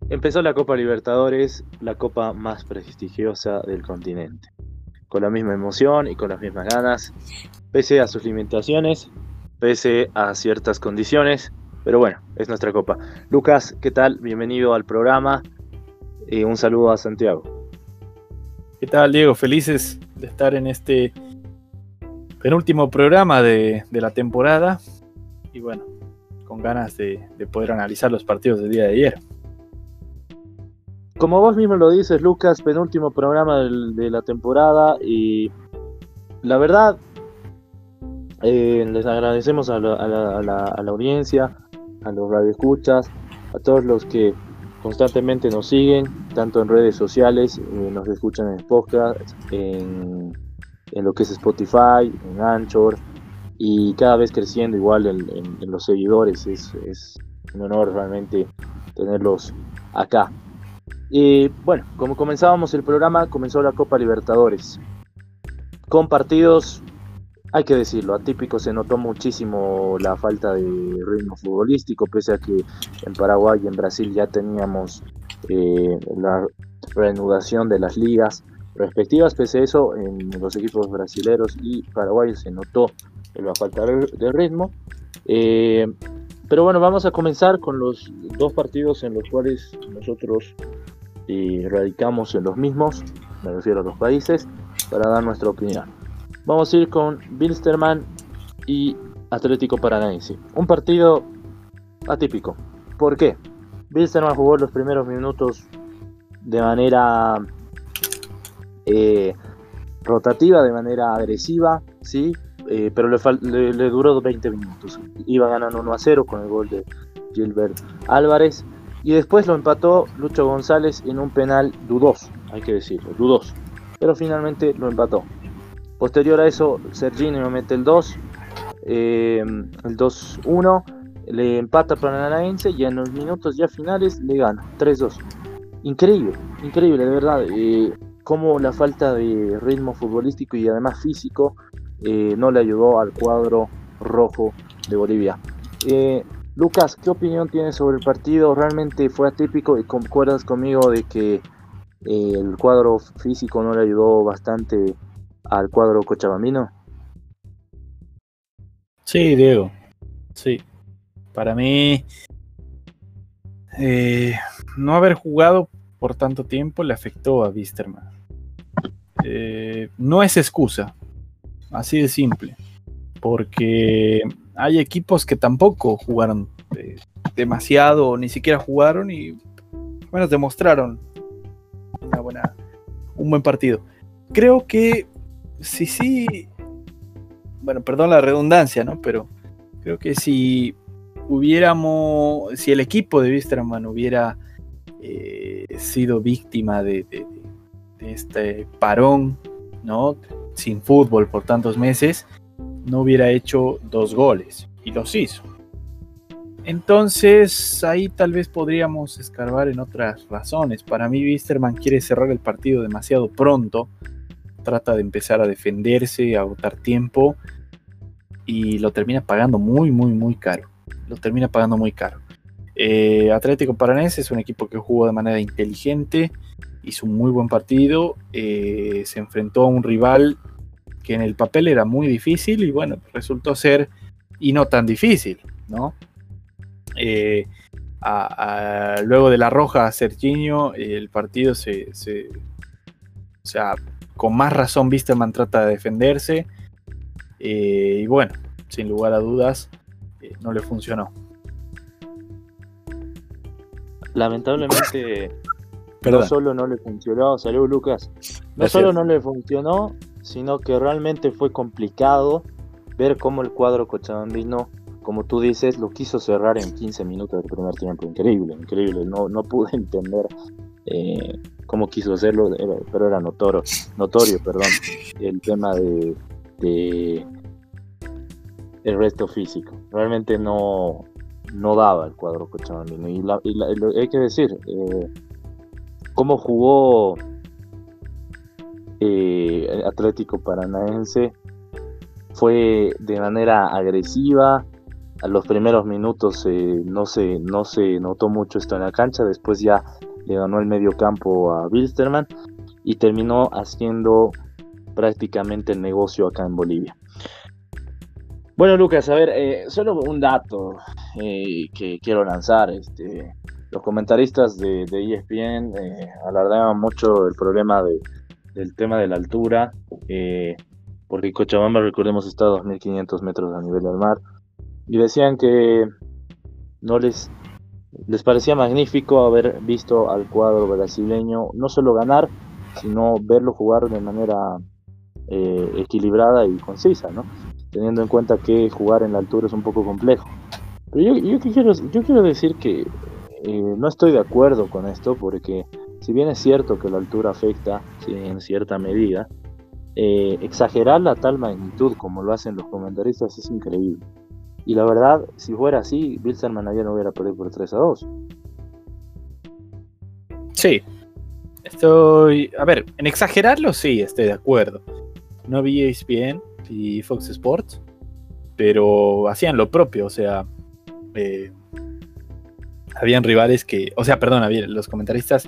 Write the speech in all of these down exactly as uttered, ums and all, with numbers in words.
Empezó la Copa Libertadores, la copa más prestigiosa del continente, con la misma emoción y con las mismas ganas, pese a sus limitaciones, pese a ciertas condiciones, pero bueno, es nuestra copa. Lucas, ¿qué tal? Bienvenido al programa y un saludo a Santiago. ¿Qué tal, Diego? Felices de estar en este penúltimo programa de, de la temporada y bueno, con ganas de, de poder analizar los partidos del día de ayer. Como vos mismo lo dices, Lucas, penúltimo programa del, de la temporada y la verdad, eh, les agradecemos a la, a, la, a, la, a la audiencia, a los radioescuchas, a todos los que constantemente nos siguen, tanto en redes sociales, eh, nos escuchan en podcast, en, en lo que es Spotify, en Anchor, y cada vez creciendo igual en, en, en los seguidores. Es, es un honor realmente tenerlos acá. Y bueno, como comenzábamos el programa, comenzó la Copa Libertadores, con partidos, hay que decirlo, atípico. Se notó muchísimo la falta de ritmo futbolístico, pese a que en Paraguay y en Brasil ya teníamos eh, la reanudación de las ligas respectivas. Pese a eso, en los equipos brasileños y paraguayos se notó la falta de ritmo. Eh, pero bueno, vamos a comenzar con los dos partidos en los cuales nosotros eh, radicamos en los mismos, me refiero a los países, para dar nuestra opinión. Vamos a ir con Wilstermann y Atlético Paranaense. Un partido atípico. ¿Por qué? Wilstermann jugó los primeros minutos de manera eh, rotativa, de manera agresiva, ¿sí? Eh, pero le, le, le duró veinte minutos. Iba ganando uno a cero con el gol de Gilbert Álvarez. Y después lo empató Lucho González en un penal dudoso, hay que decirlo, dudoso. Pero finalmente lo empató. Posterior a eso, Serginho mete el dos, eh, el dos uno, le empata Paranaense y en los minutos ya finales le gana tres dos. Increíble, increíble, de verdad. Eh, cómo la falta de ritmo futbolístico y además físico eh, no le ayudó al cuadro rojo de Bolivia. Eh, Lucas, ¿qué opinión tienes sobre el partido? ¿Realmente fue atípico y concuerdas conmigo de que eh, el cuadro físico no le ayudó bastante al cuadro cochabambino? Sí, Diego, sí. Para mí, eh, no haber jugado por tanto tiempo le afectó a Wilstermann. Eh, no es excusa, así de simple, porque hay equipos que tampoco jugaron eh, demasiado o ni siquiera jugaron y bueno, demostraron una buena, un buen partido. Creo que sí, sí, bueno, perdón la redundancia, ¿no? Pero creo que si hubiéramos, si el equipo de Wilstermann hubiera eh, sido víctima de, de, de este parón, ¿no? Sin fútbol por tantos meses, no hubiera hecho dos goles y los hizo. Entonces ahí tal vez podríamos escarbar en otras razones. Para mí Wilstermann quiere cerrar el partido demasiado pronto, trata de empezar a defenderse, a agotar tiempo y lo termina pagando muy muy muy caro. Lo termina pagando muy caro. Eh, Atlético Paranaense es un equipo que jugó de manera inteligente, hizo un muy buen partido, eh, se enfrentó a un rival que en el papel era muy difícil y bueno, resultó ser y no tan difícil, ¿no? Eh, a, a, luego de la roja a Serginho, el partido se, se o sea, con más razón Wilstermann trata de defenderse eh, y bueno, sin lugar a dudas eh, no le funcionó. Lamentablemente no solo no le funcionó, salud Lucas, no Gracias. solo no le funcionó, sino que realmente fue complicado ver cómo el cuadro cochabambino, como tú dices, lo quiso cerrar en quince minutos del primer tiempo. Increíble, increíble, no, no pude entender eh, cómo quiso hacerlo, era, pero era notorio, notorio perdón, el tema de, de el resto físico, realmente no no daba el cuadro cochabambino. Y, la, y, la, y lo, hay que decir, eh, cómo jugó eh, Atlético Paranaense fue de manera agresiva, a los primeros minutos eh, no, se, no se notó mucho esto en la cancha, después ya le ganó el medio campo a Wilstermann y terminó haciendo prácticamente el negocio acá en Bolivia. Bueno, Lucas, a ver, eh, solo un dato eh, que quiero lanzar. Este, los comentaristas de, de E S P N eh, alardeaban mucho el problema de, del tema de la altura, eh, porque Cochabamba, recordemos, está a dos mil quinientos metros a nivel del mar, y decían que no les, les parecía magnífico haber visto al cuadro brasileño no solo ganar, sino verlo jugar de manera eh, equilibrada y concisa, ¿no? Teniendo en cuenta que jugar en la altura es un poco complejo. Pero yo, yo, quiero, yo quiero decir que eh, no estoy de acuerdo con esto, porque si bien es cierto que la altura afecta, sí, en cierta medida, eh, exagerarla a tal magnitud como lo hacen los comentaristas es increíble. Y la verdad, si fuera así, Wilstermann ayer no hubiera perdido por tres a dos. Sí, estoy... A ver, en exagerarlo sí, estoy de acuerdo. No vi E S P N y Fox Sports, pero hacían lo propio, o sea, eh, habían rivales que, o sea, perdón, había, los comentaristas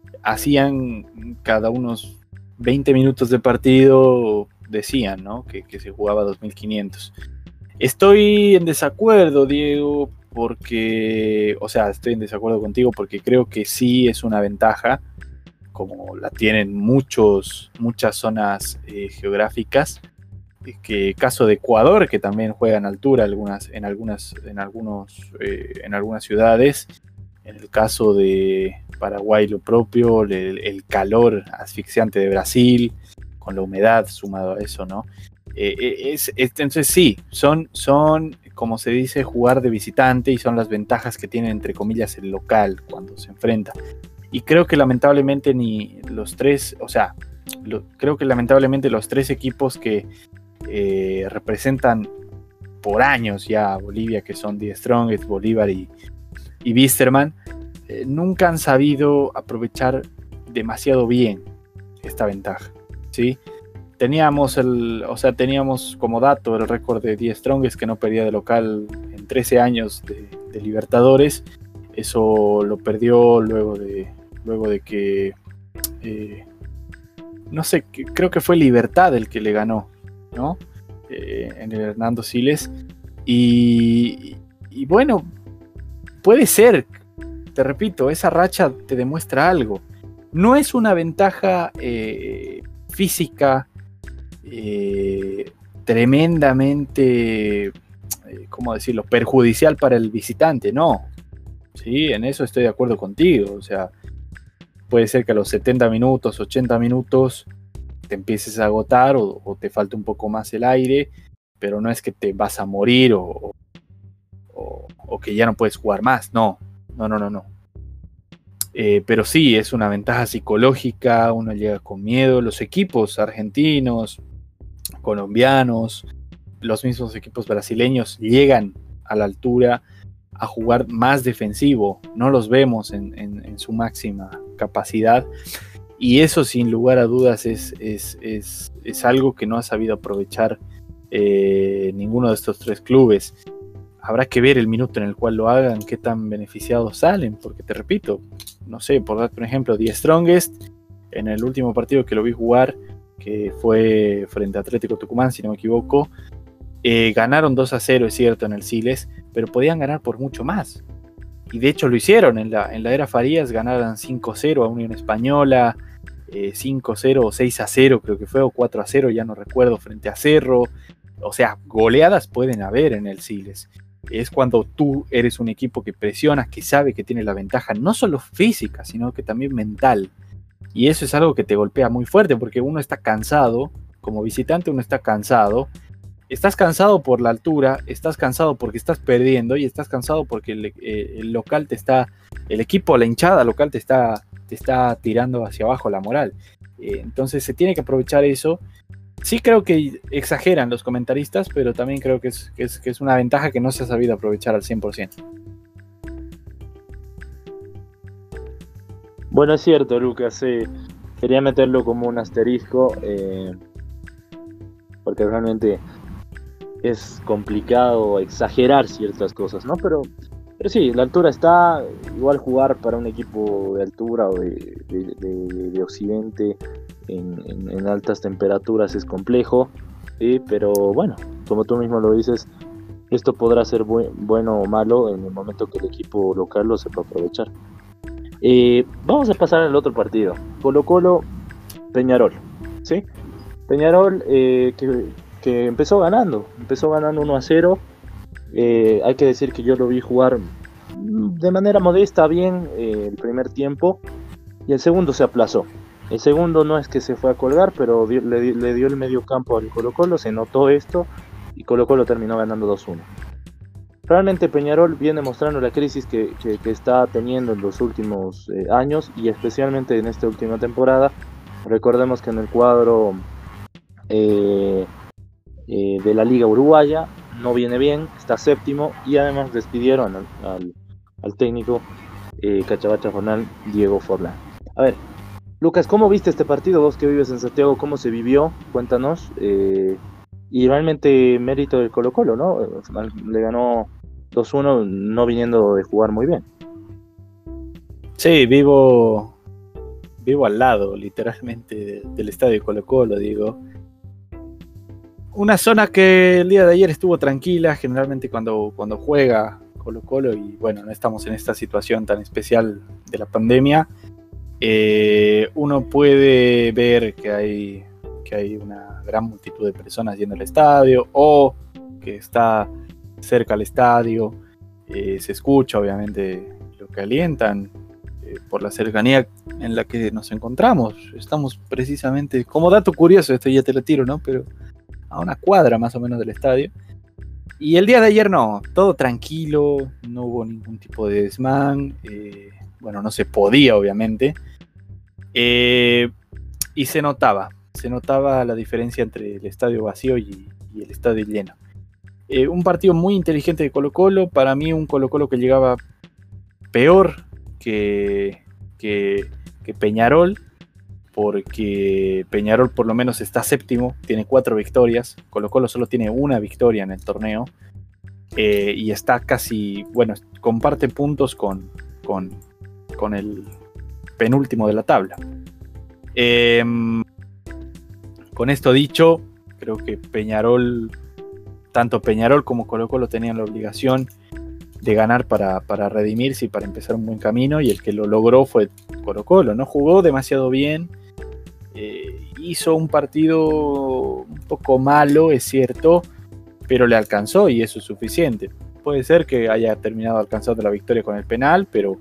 hacían cada unos veinte minutos de partido, decían, ¿no? Que, que se jugaba dos mil quinientos. Estoy en desacuerdo, Diego, porque, o sea, estoy en desacuerdo contigo porque creo que sí es una ventaja, como la tienen muchos, muchas zonas eh, geográficas. Que caso de Ecuador, que también juega en altura algunas, en algunas, en algunos, eh, en algunas ciudades. En el caso de Paraguay lo propio, el, el calor asfixiante de Brasil, con la humedad sumado a eso, ¿no? Eh, es, es, entonces sí, son, son, como se dice, jugar de visitante, y son las ventajas que tiene, entre comillas, el local cuando se enfrenta. Y creo que lamentablemente ni los tres, o sea, lo, creo que lamentablemente los tres equipos que Eh, representan por años ya a Bolivia, que son Die Strongest, Bolívar y, y Wilstermann, eh, nunca han sabido aprovechar demasiado bien esta ventaja, ¿sí? Teníamos el, o sea, teníamos como dato el récord de Die Strongest, que no perdía de local en trece años de, de Libertadores. Eso lo perdió luego de, luego de que eh, no sé, creo que fue Libertad el que le ganó, ¿no? Eh, en el Hernando Siles. Y, y bueno, puede ser, te repito, esa racha te demuestra algo. No es una ventaja eh, física eh, tremendamente, eh, ¿cómo decirlo?, perjudicial para el visitante, no. Sí, en eso estoy de acuerdo contigo. O sea, puede ser que a los setenta minutos, ochenta minutos te empieces a agotar o, o te falte un poco más el aire, pero no es que te vas a morir o, o, o que ya no puedes jugar más, no, no, no, no, no. Eh, pero sí, es una ventaja psicológica, uno llega con miedo, los equipos argentinos, colombianos, los mismos equipos brasileños llegan a la altura a jugar más defensivo, no los vemos en, en, en su máxima capacidad. Y eso, sin lugar a dudas, es, es, es, es algo que no ha sabido aprovechar eh, ninguno de estos tres clubes. Habrá que ver el minuto en el cual lo hagan, qué tan beneficiados salen, porque te repito, no sé, por darte un ejemplo, Die Strongest, en el último partido que lo vi jugar, que fue frente a Atlético Tucumán, si no me equivoco, eh, ganaron dos a cero, es cierto, en el Siles, pero podían ganar por mucho más. Y de hecho lo hicieron, en la, en la era Farías ganaron cinco a cero a Unión Española, eh, cinco a cero o seis a cero creo que fue, o cuatro a cero, ya no recuerdo, frente a Cerro. O sea, goleadas pueden haber en el Siles. Es cuando tú eres un equipo que presiona, que sabe que tiene la ventaja, no solo física, sino que también mental. Y eso es algo que te golpea muy fuerte, porque uno está cansado, como visitante uno está cansado. Estás cansado por la altura, estás cansado porque estás perdiendo y estás cansado porque el, eh, el local te está, el equipo, la hinchada local te está, te está tirando hacia abajo la moral. Eh, entonces se tiene que aprovechar eso. Sí creo que exageran los comentaristas, pero también creo que es, que es, que es una ventaja que no se ha sabido aprovechar al cien por ciento. Bueno, es cierto, Lucas. Eh, quería meterlo como un asterisco, eh, porque realmente es complicado exagerar ciertas cosas, ¿no? Pero, pero sí, la altura está, igual jugar para un equipo de altura o de, de, de, de occidente en, en, en altas temperaturas es complejo, ¿sí? Pero bueno, como tú mismo lo dices, esto podrá ser bu- bueno o malo en el momento que el equipo local lo sepa aprovechar. Eh, vamos a pasar al otro partido, Colo-Colo Peñarol, ¿sí? Peñarol eh, que, que empezó ganando, empezó ganando uno a cero. Eh, hay que decir que yo lo vi jugar de manera modesta bien eh, el primer tiempo y el segundo se aplazó. El segundo no es que se fue a colgar, pero dio, le, le dio el medio campo al Colo-Colo, se notó esto y Colo-Colo terminó ganando dos uno. Realmente Peñarol viene mostrando la crisis que, que, que está teniendo en los últimos eh, años y especialmente en esta última temporada. Recordemos que en el cuadro eh, eh, de la Liga Uruguaya no viene bien, está séptimo y además despidieron al, al, al técnico eh, Cachabacha Jornal, Diego Forlán. A ver, Lucas, ¿cómo viste este partido? Vos que vives en Santiago, ¿cómo se vivió? Cuéntanos. Eh, y realmente mérito del Colo-Colo, ¿no? Le ganó dos uno no viniendo de jugar muy bien. Sí, vivo, vivo al lado, literalmente, del estadio de Colo-Colo, digo. Una zona que el día de ayer estuvo tranquila, generalmente cuando, cuando juega Colo-Colo, y bueno, no estamos en esta situación tan especial de la pandemia, eh, uno puede ver que hay, que hay una gran multitud de personas yendo al estadio, o que está cerca al estadio, eh, se escucha obviamente lo que alientan eh, por la cercanía en la que nos encontramos. Estamos precisamente, como dato curioso, esto ya te lo tiro, ¿no? Pero a una cuadra más o menos del estadio. Y el día de ayer no, todo tranquilo, no hubo ningún tipo de desmán, eh, bueno, no se podía obviamente, eh, y se notaba, se notaba la diferencia entre el estadio vacío y, y el estadio lleno. Eh, un partido muy inteligente de Colo-Colo, para mí un Colo-Colo que llegaba peor que, que, que Peñarol, porque Peñarol por lo menos está séptimo, tiene cuatro victorias, Colo-Colo solo tiene una victoria en el torneo, eh, y está casi, bueno, comparte puntos con, con, con el penúltimo de la tabla. Eh, con esto dicho, creo que Peñarol, tanto Peñarol como Colo-Colo tenían la obligación de ganar para, para redimirse y para empezar un buen camino, y el que lo logró fue Colo-Colo. No jugó demasiado bien, eh, hizo un partido un poco malo, es cierto, pero le alcanzó y eso es suficiente. Puede ser que haya terminado alcanzando la victoria con el penal, pero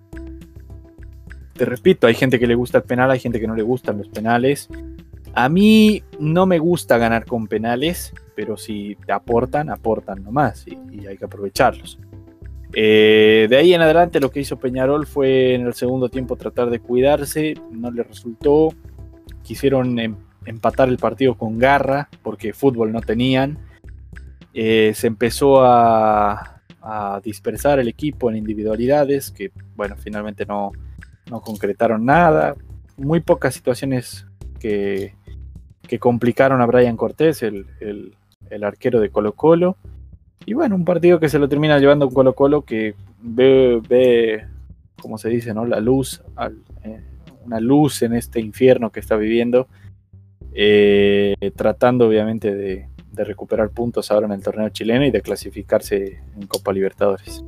te repito, hay gente que le gusta el penal, hay gente que no le gustan los penales. A mí no me gusta ganar con penales, pero si te aportan, aportan nomás y, y hay que aprovecharlos. Eh, de ahí en adelante lo que hizo Peñarol fue en el segundo tiempo tratar de cuidarse, no le resultó, quisieron em, empatar el partido con garra porque fútbol no tenían, eh, se empezó a, a dispersar el equipo en individualidades que bueno, finalmente no, no concretaron nada, muy pocas situaciones que, que complicaron a Brian Cortés, el, el, el arquero de Colo-Colo. Y bueno, un partido que se lo termina llevando un Colo-Colo que ve, ve, como se dice, ¿no? La luz, al, eh, una luz en este infierno que está viviendo, eh, tratando obviamente de, de recuperar puntos ahora en el torneo chileno y de clasificarse en Copa Libertadores.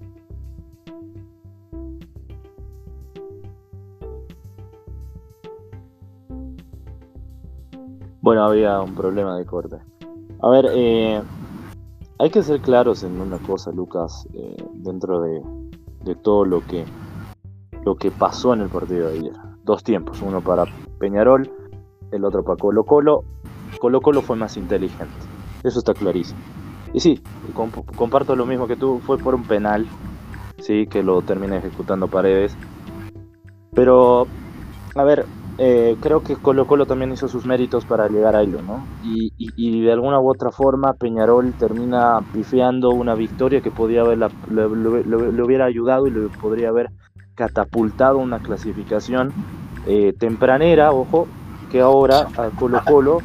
Bueno, había un problema de corte. A ver, eh... hay que ser claros en una cosa, Lucas, eh, dentro de, de todo lo que, lo que pasó en el partido de ayer. Dos tiempos, uno para Peñarol, el otro para Colo-Colo. Colo-Colo fue más inteligente, eso está clarísimo. Y sí, comp- comparto lo mismo que tú, fue por un penal, sí, que lo termina ejecutando Paredes. Pero, a ver, eh, creo que Colo-Colo también hizo sus méritos para llegar a ello, ¿no? Y, y, y de alguna u otra forma Peñarol termina pifeando una victoria que podía haberla, le, le, le, le hubiera ayudado y le podría haber catapultado una clasificación eh, tempranera, ojo, que ahora a Colo-Colo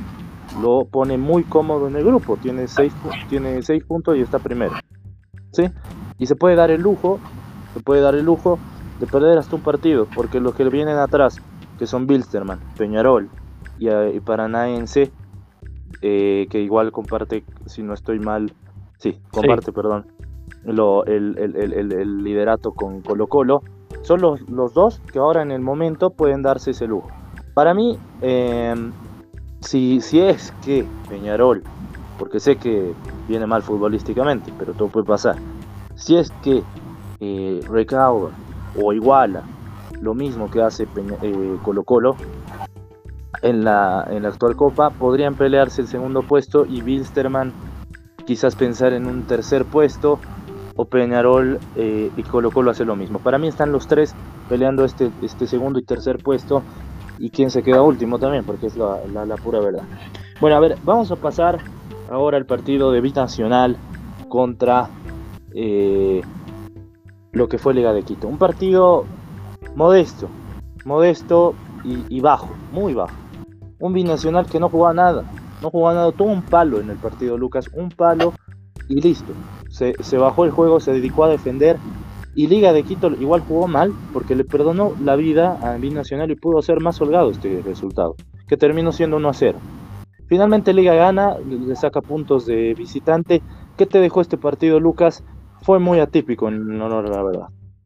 lo pone muy cómodo en el grupo, tiene seis, tiene seis puntos y está primero, ¿sí? Y se puede dar el lujo, se puede dar el lujo de perder hasta un partido, porque los que vienen atrás, que son Wilstermann, Peñarol y, y Paranaense, eh, que igual comparte, si no estoy mal, sí, comparte, sí. perdón, lo, el, el, el, el liderato con Colo Colo, son los, los dos que ahora en el momento pueden darse ese lujo. Para mí, eh, si, si es que Peñarol, porque sé que viene mal futbolísticamente, pero todo puede pasar, si es que eh, recauda o iguala lo mismo que hace Peña, eh, Colo Colo en la, en la actual Copa, podrían pelearse el segundo puesto y Wilstermann quizás pensar en un tercer puesto, o Peñarol eh, y Colo Colo hace lo mismo. Para mí están los tres peleando este, este segundo y tercer puesto, y quién se queda último también, porque es la, la, la pura verdad. Bueno, a ver, vamos a pasar ahora al partido de Binacional contra eh, lo que fue Liga de Quito. Un partido modesto, modesto y, y bajo, muy bajo. Un Binacional que no jugaba nada, no jugaba nada, tuvo un palo en el partido, Lucas, un palo y listo. Se, se bajó el juego, se dedicó a defender, y Liga de Quito igual jugó mal porque le perdonó la vida a Binacional y pudo ser más holgado este resultado, que terminó siendo uno a cero. Finalmente Liga gana, le saca puntos de visitante. ¿Qué te dejó este partido, Lucas? Fue muy atípico, en honor a la verdad.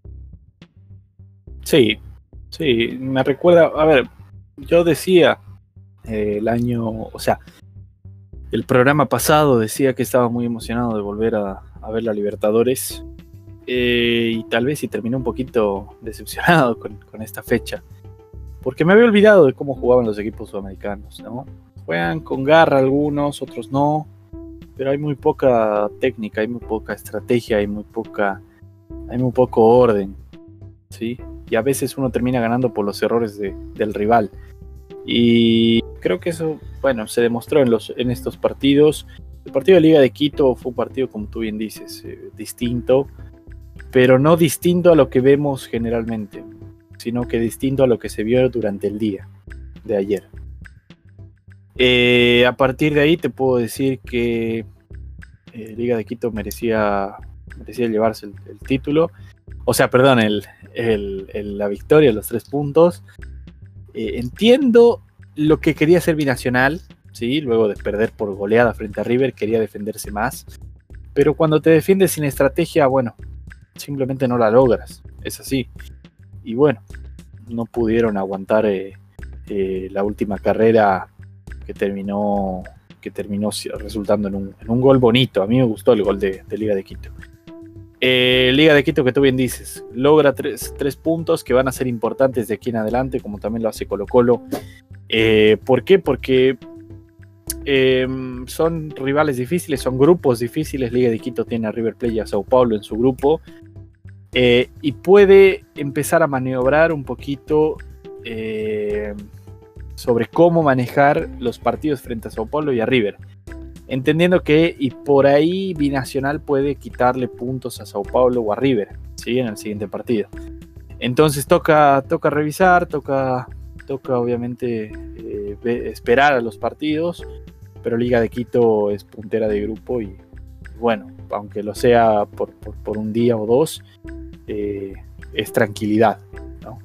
Sí, sí, me recuerda, a ver, yo decía eh, el año, o sea, el programa pasado decía que estaba muy emocionado de volver a, a ver la Libertadores, eh, y tal vez sí terminé un poquito decepcionado con, con esta fecha, porque me había olvidado de cómo jugaban los equipos sudamericanos, ¿no? Juegan con garra algunos, otros no, pero hay muy poca técnica, hay muy poca estrategia, hay muy poca, hay muy poco orden, ¿sí? Y a veces uno termina ganando por los errores de, del rival. Y creo que eso, bueno, se demostró en, los, en estos partidos. El partido de Liga de Quito fue un partido, como tú bien dices, eh, distinto, pero no distinto a lo que vemos generalmente, sino que distinto a lo que se vio durante el día de ayer. Eh, a partir de ahí te puedo decir que eh, Liga de Quito merecía, merecía llevarse el, el título, o sea, perdón, el, el, el, la victoria, los tres puntos. Eh, entiendo lo que quería hacer Binacional, ¿sí? Luego de perder por goleada frente a River, quería defenderse más, pero cuando te defiendes sin estrategia, bueno, simplemente no la logras, es así. Y bueno, no pudieron aguantar eh, eh, la última carrera que terminó, que terminó resultando en un, en un gol bonito. A mí me gustó el gol de, de Liga de Quito. Eh, Liga de Quito, que tú bien dices, logra tres, tres puntos que van a ser importantes de aquí en adelante, como también lo hace Colo Colo. Eh, ¿Por qué? Porque eh, son rivales difíciles, son grupos difíciles. Liga de Quito tiene a River Plate y a Sao Paulo en su grupo, eh, y puede empezar a maniobrar un poquito eh, sobre cómo manejar los partidos frente a Sao Paulo y a River, entendiendo que y por ahí Binacional puede quitarle puntos a Sao Paulo o a River, ¿sí? En el siguiente partido. Entonces toca, toca revisar, toca, toca obviamente eh, esperar a los partidos, pero Liga de Quito es puntera de grupo y bueno, aunque lo sea por, por, por un día o dos, eh, es tranquilidad, ¿no?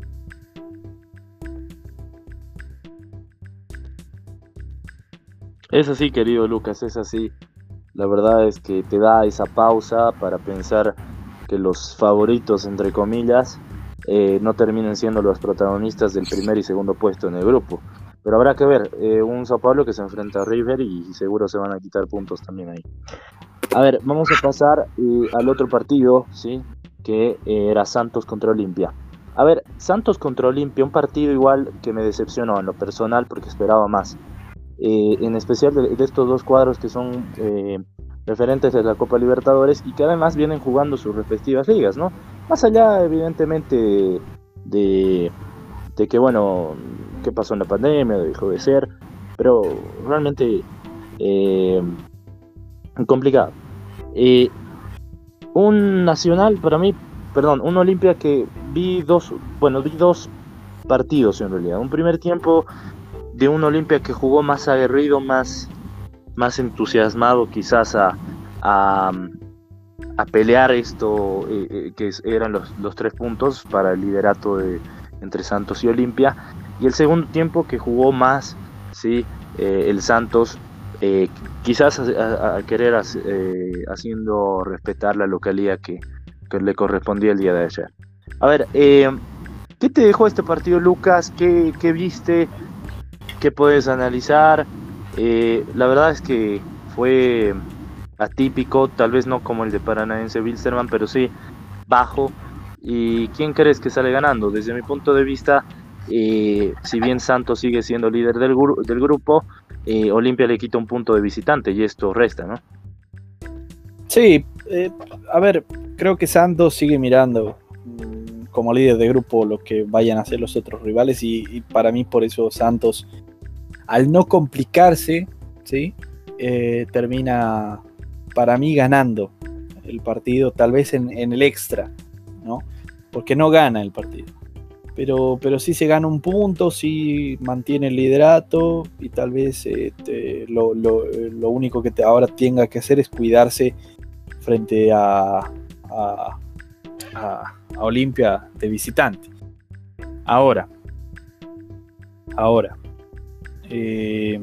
Es así, querido Lucas, es así. La verdad es que te da esa pausa para pensar que los favoritos, entre comillas, eh, no terminen siendo los protagonistas del primer y segundo puesto en el grupo. Pero habrá que ver, eh, un Sao Paulo que se enfrenta a River y seguro se van a quitar puntos también ahí. A ver, vamos a pasar eh, al otro partido, ¿sí? Que eh, era Santos contra Olimpia. A ver, Santos contra Olimpia, un partido igual que me decepcionó en lo personal porque esperaba más. Eh, en especial de, de estos dos cuadros que son eh, referentes de la Copa Libertadores y que además vienen jugando sus respectivas ligas, ¿no? Más allá, evidentemente, de, de que, bueno, qué pasó en la pandemia, dejó de ser, pero realmente eh, complicado. Eh, un Nacional, para mí, perdón, un Olimpia que vi dos, bueno, vi dos partidos en realidad. Un primer tiempo de un Olimpia que jugó más aguerrido, más, más entusiasmado quizás a, a, a pelear esto, eh, eh, que eran los, los tres puntos para el liderato de, entre Santos y Olimpia, y el segundo tiempo que jugó más, sí, eh, el Santos, eh, quizás a, a, a querer eh, haciendo respetar la localidad que, que le correspondía el día de ayer. A ver, eh, ¿qué te dejó este partido, Lucas? ¿Qué, qué viste? ¿Qué puedes analizar? Eh, la verdad es que fue atípico, tal vez no como el de Paranaense Wilstermann, pero sí bajo. ¿Y quién crees que sale ganando? Desde mi punto de vista, eh, si bien Santos sigue siendo líder del, gru- del grupo, eh, Olimpia le quita un punto de visitante y esto resta, ¿no? Sí, eh, a ver, creo que Santos sigue mirando mmm, como líder de grupo lo que vayan a hacer los otros rivales y, y para mí por eso Santos, al no complicarse, ¿sí? eh, termina para mí ganando el partido, tal vez en, en el extra, ¿no? Porque no gana el partido. Pero, pero sí se gana un punto, sí mantiene el liderato y tal vez eh, te, lo, lo, lo único que te ahora tenga que hacer es cuidarse frente a, a, a, a Olimpia de visitante. Ahora, ahora, eh,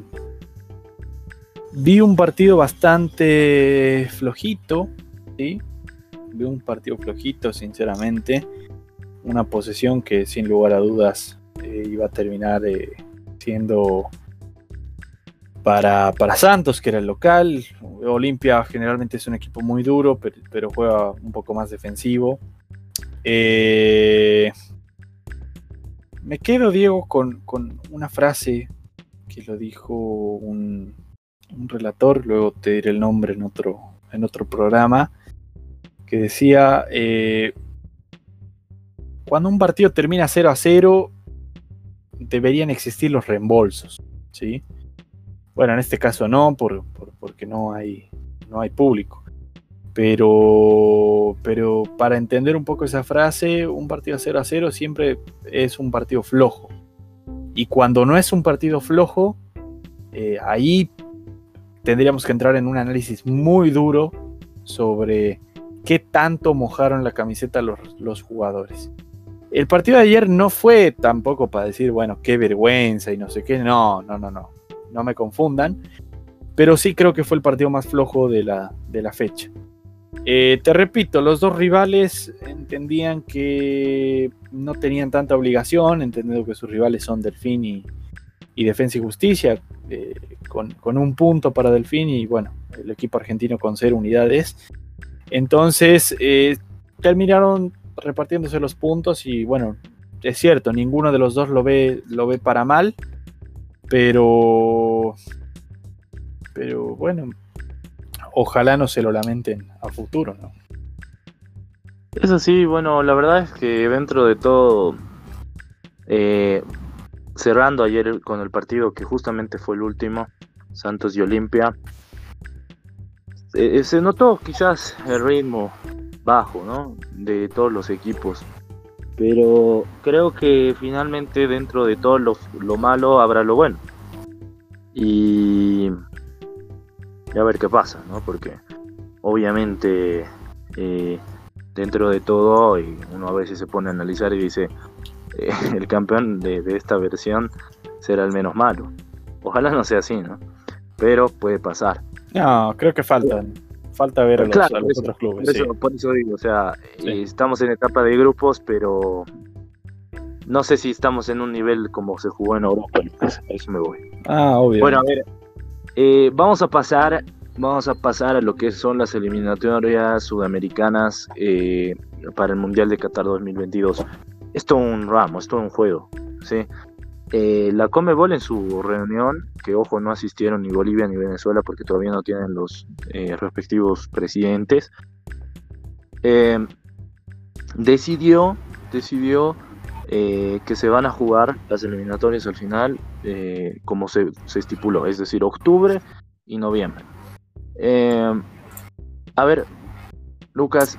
vi un partido bastante flojito, ¿sí? Vi un partido flojito, sinceramente. Una posesión que sin lugar a dudas eh, iba a terminar eh, siendo para, para Santos, que era el local. Olimpia generalmente es un equipo muy duro, pero, pero juega un poco más defensivo. Eh, me quedo, Diego, con, con una frase que lo dijo un, un relator, luego te diré el nombre en otro, en otro programa, que decía... Eh, Cuando un partido termina cero a cero, deberían existir los reembolsos, ¿sí? Bueno, en este caso no, por, por, porque no hay, no hay público. Pero, pero para entender un poco esa frase, un partido cero a cero siempre es un partido flojo. Y cuando no es un partido flojo, eh, ahí tendríamos que entrar en un análisis muy duro sobre qué tanto mojaron la camiseta los, los jugadores. El partido de ayer no fue tampoco para decir, bueno, qué vergüenza y no sé qué. No, no, no, no. No me confundan. Pero sí creo que fue el partido más flojo de la, de la fecha. Eh, te repito, los dos rivales entendían que no tenían tanta obligación, entendiendo que sus rivales son Delfín y, y Defensa y Justicia, eh, con, con un punto para Delfín y, bueno, el equipo argentino con cero unidades. Entonces, eh, terminaron repartiéndose los puntos y bueno, es cierto, ninguno de los dos lo ve, lo ve para mal, pero pero bueno, ojalá no se lo lamenten a futuro, ¿no? Eso sí, bueno, la verdad es que dentro de todo, eh, cerrando ayer con el partido que justamente fue el último, Santos y Olimpia, eh, se notó quizás el ritmo bajo, ¿no? De todos los equipos, pero creo que finalmente dentro de todo lo, lo malo habrá lo bueno y, y a ver qué pasa, ¿no? Porque obviamente eh, dentro de todo y uno a veces se pone a analizar y dice eh, el campeón de, de esta versión será el menos malo. Ojalá no sea así, ¿no? Pero puede pasar. No, creo que faltan Falta ver a los, claro, a los eso, otros clubes. Por eso, Sí. por eso digo, o sea, Sí. eh, estamos en etapa de grupos, pero no sé si estamos en un nivel como se jugó en Europa. Pues, a eso me voy. Ah, obvio. Bueno, a ver, eh, vamos a pasar, vamos a pasar a lo que son las eliminatorias sudamericanas eh, para el Mundial de Qatar dos mil veintidós. Es todo un ramo, es todo un juego, ¿sí? Eh, la Conmebol en su reunión, que ojo, no asistieron ni Bolivia ni Venezuela porque todavía no tienen los eh, respectivos presidentes, eh, decidió, decidió eh, que se van a jugar las eliminatorias al final eh, como se, se estipuló, es decir, octubre y noviembre. Eh, a ver, Lucas,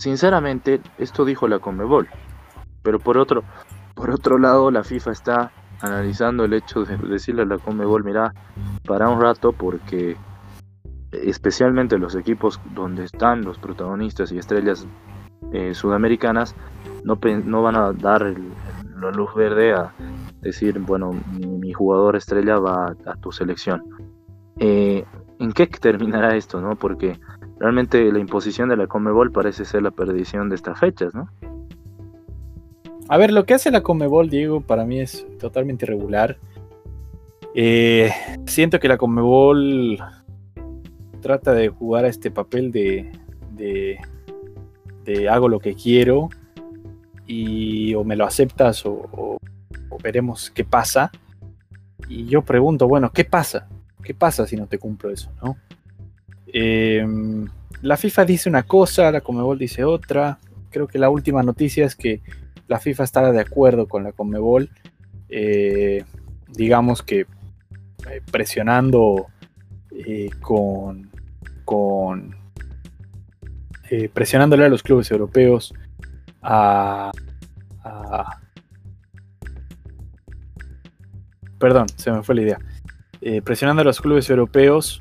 sinceramente, esto dijo la Conmebol, pero por otro, por otro lado, la FIFA está analizando el hecho de decirle a la Conmebol, mira, para un rato, porque especialmente los equipos donde están los protagonistas y estrellas eh, sudamericanas no, no van a dar el, la luz verde a decir, bueno, mi, mi jugador estrella va a, a tu selección. Eh, ¿En qué terminará esto, no? Porque realmente la imposición de la Conmebol parece ser la perdición de estas fechas, ¿no? A ver, lo que hace la Conmebol, Diego, para mí es totalmente irregular. Eh, siento que la Conmebol trata de jugar a este papel de, de, de hago lo que quiero y o me lo aceptas o, o, o veremos qué pasa. Y yo pregunto, bueno, ¿qué pasa? ¿Qué pasa si no te cumplo eso, no? Eh, la FIFA dice una cosa, la Conmebol dice otra. Creo que la última noticia es que la FIFA está de acuerdo con la Conmebol, eh, digamos que eh, presionando eh, con, con eh, presionándole a los clubes europeos a, a perdón, se me fue la idea, eh, presionando a los clubes europeos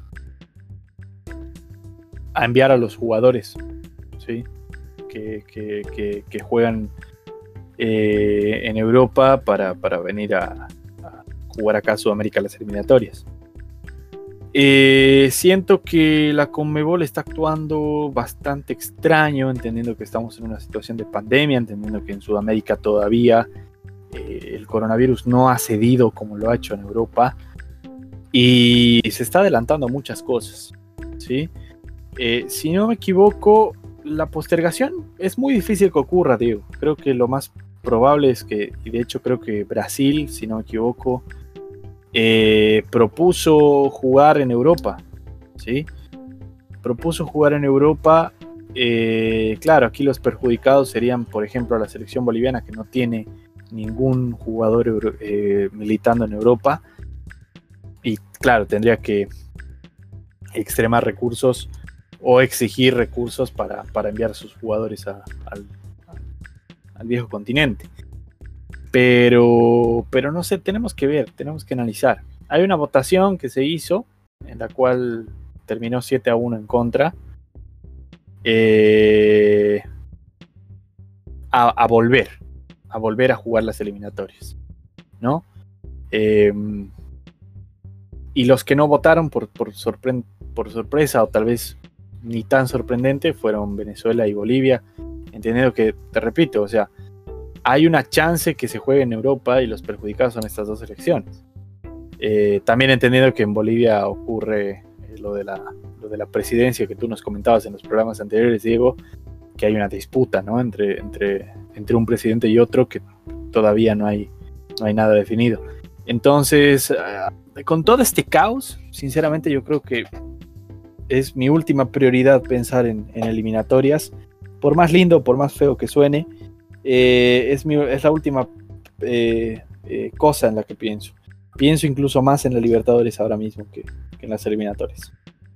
a enviar a los jugadores, ¿sí? que, que, que, que juegan Eh, en Europa para, para venir a, a jugar acá a Sudamérica las eliminatorias. Eh, siento que la Conmebol está actuando bastante extraño, entendiendo que estamos en una situación de pandemia, entendiendo que en Sudamérica todavía eh, el coronavirus no ha cedido como lo ha hecho en Europa y se está adelantando muchas cosas, ¿sí? Eh, si no me equivoco, la postergación es muy difícil que ocurra, Diego. Creo que lo más probable es que, y de hecho creo que Brasil, si no me equivoco, eh, propuso jugar en Europa, ¿sí? Propuso jugar en Europa. Eh, claro, aquí los perjudicados serían, por ejemplo, la selección boliviana, que no tiene ningún jugador euro, eh, militando en Europa. Y claro, tendría que extremar recursos o exigir recursos para, para enviar a sus jugadores a, al, al viejo continente. Pero, pero no sé, tenemos que ver, tenemos que analizar. Hay una votación que se hizo, en la cual terminó siete a uno en contra, eh, a, a volver, a volver a jugar las eliminatorias, ¿no? Eh, y los que no votaron por, por, sorpre- por sorpresa, o tal vez ni tan sorprendente, fueron Venezuela y Bolivia, entendiendo que, te repito, o sea, hay una chance que se juegue en Europa y los perjudicados son estas dos elecciones. Eh, también entendiendo que en Bolivia ocurre eh, lo, de la, lo de la presidencia que tú nos comentabas en los programas anteriores, Diego, que hay una disputa, ¿no? entre, entre, entre un presidente y otro, que todavía no hay, no hay nada definido. Entonces, uh, con todo este caos, sinceramente yo creo que es mi última prioridad pensar en, en eliminatorias. Por más lindo, por más feo que suene, eh, es, mi, es la última eh, eh, cosa en la que pienso. Pienso incluso más en la Libertadores ahora mismo que, que en las eliminatorias.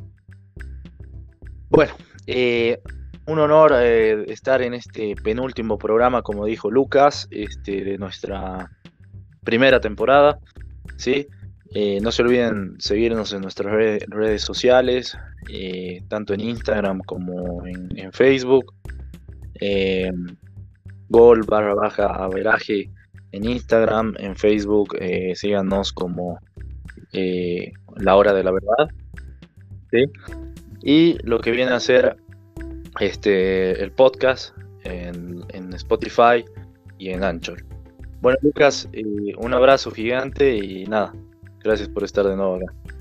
Bueno, eh, un honor eh, estar en este penúltimo programa, como dijo Lucas, este, de nuestra primera temporada, ¿sí? Eh, no se olviden seguirnos en nuestras redes, redes sociales, eh, tanto en Instagram como en, en Facebook. Eh, Gol barra baja averaje en Instagram, en Facebook, eh, síganos como eh, La Hora de la Verdad, ¿sí? Y lo que viene a ser este, el podcast en, en Spotify y en Anchor. Bueno, Lucas, eh, un abrazo gigante y nada, gracias por estar de nuevo acá.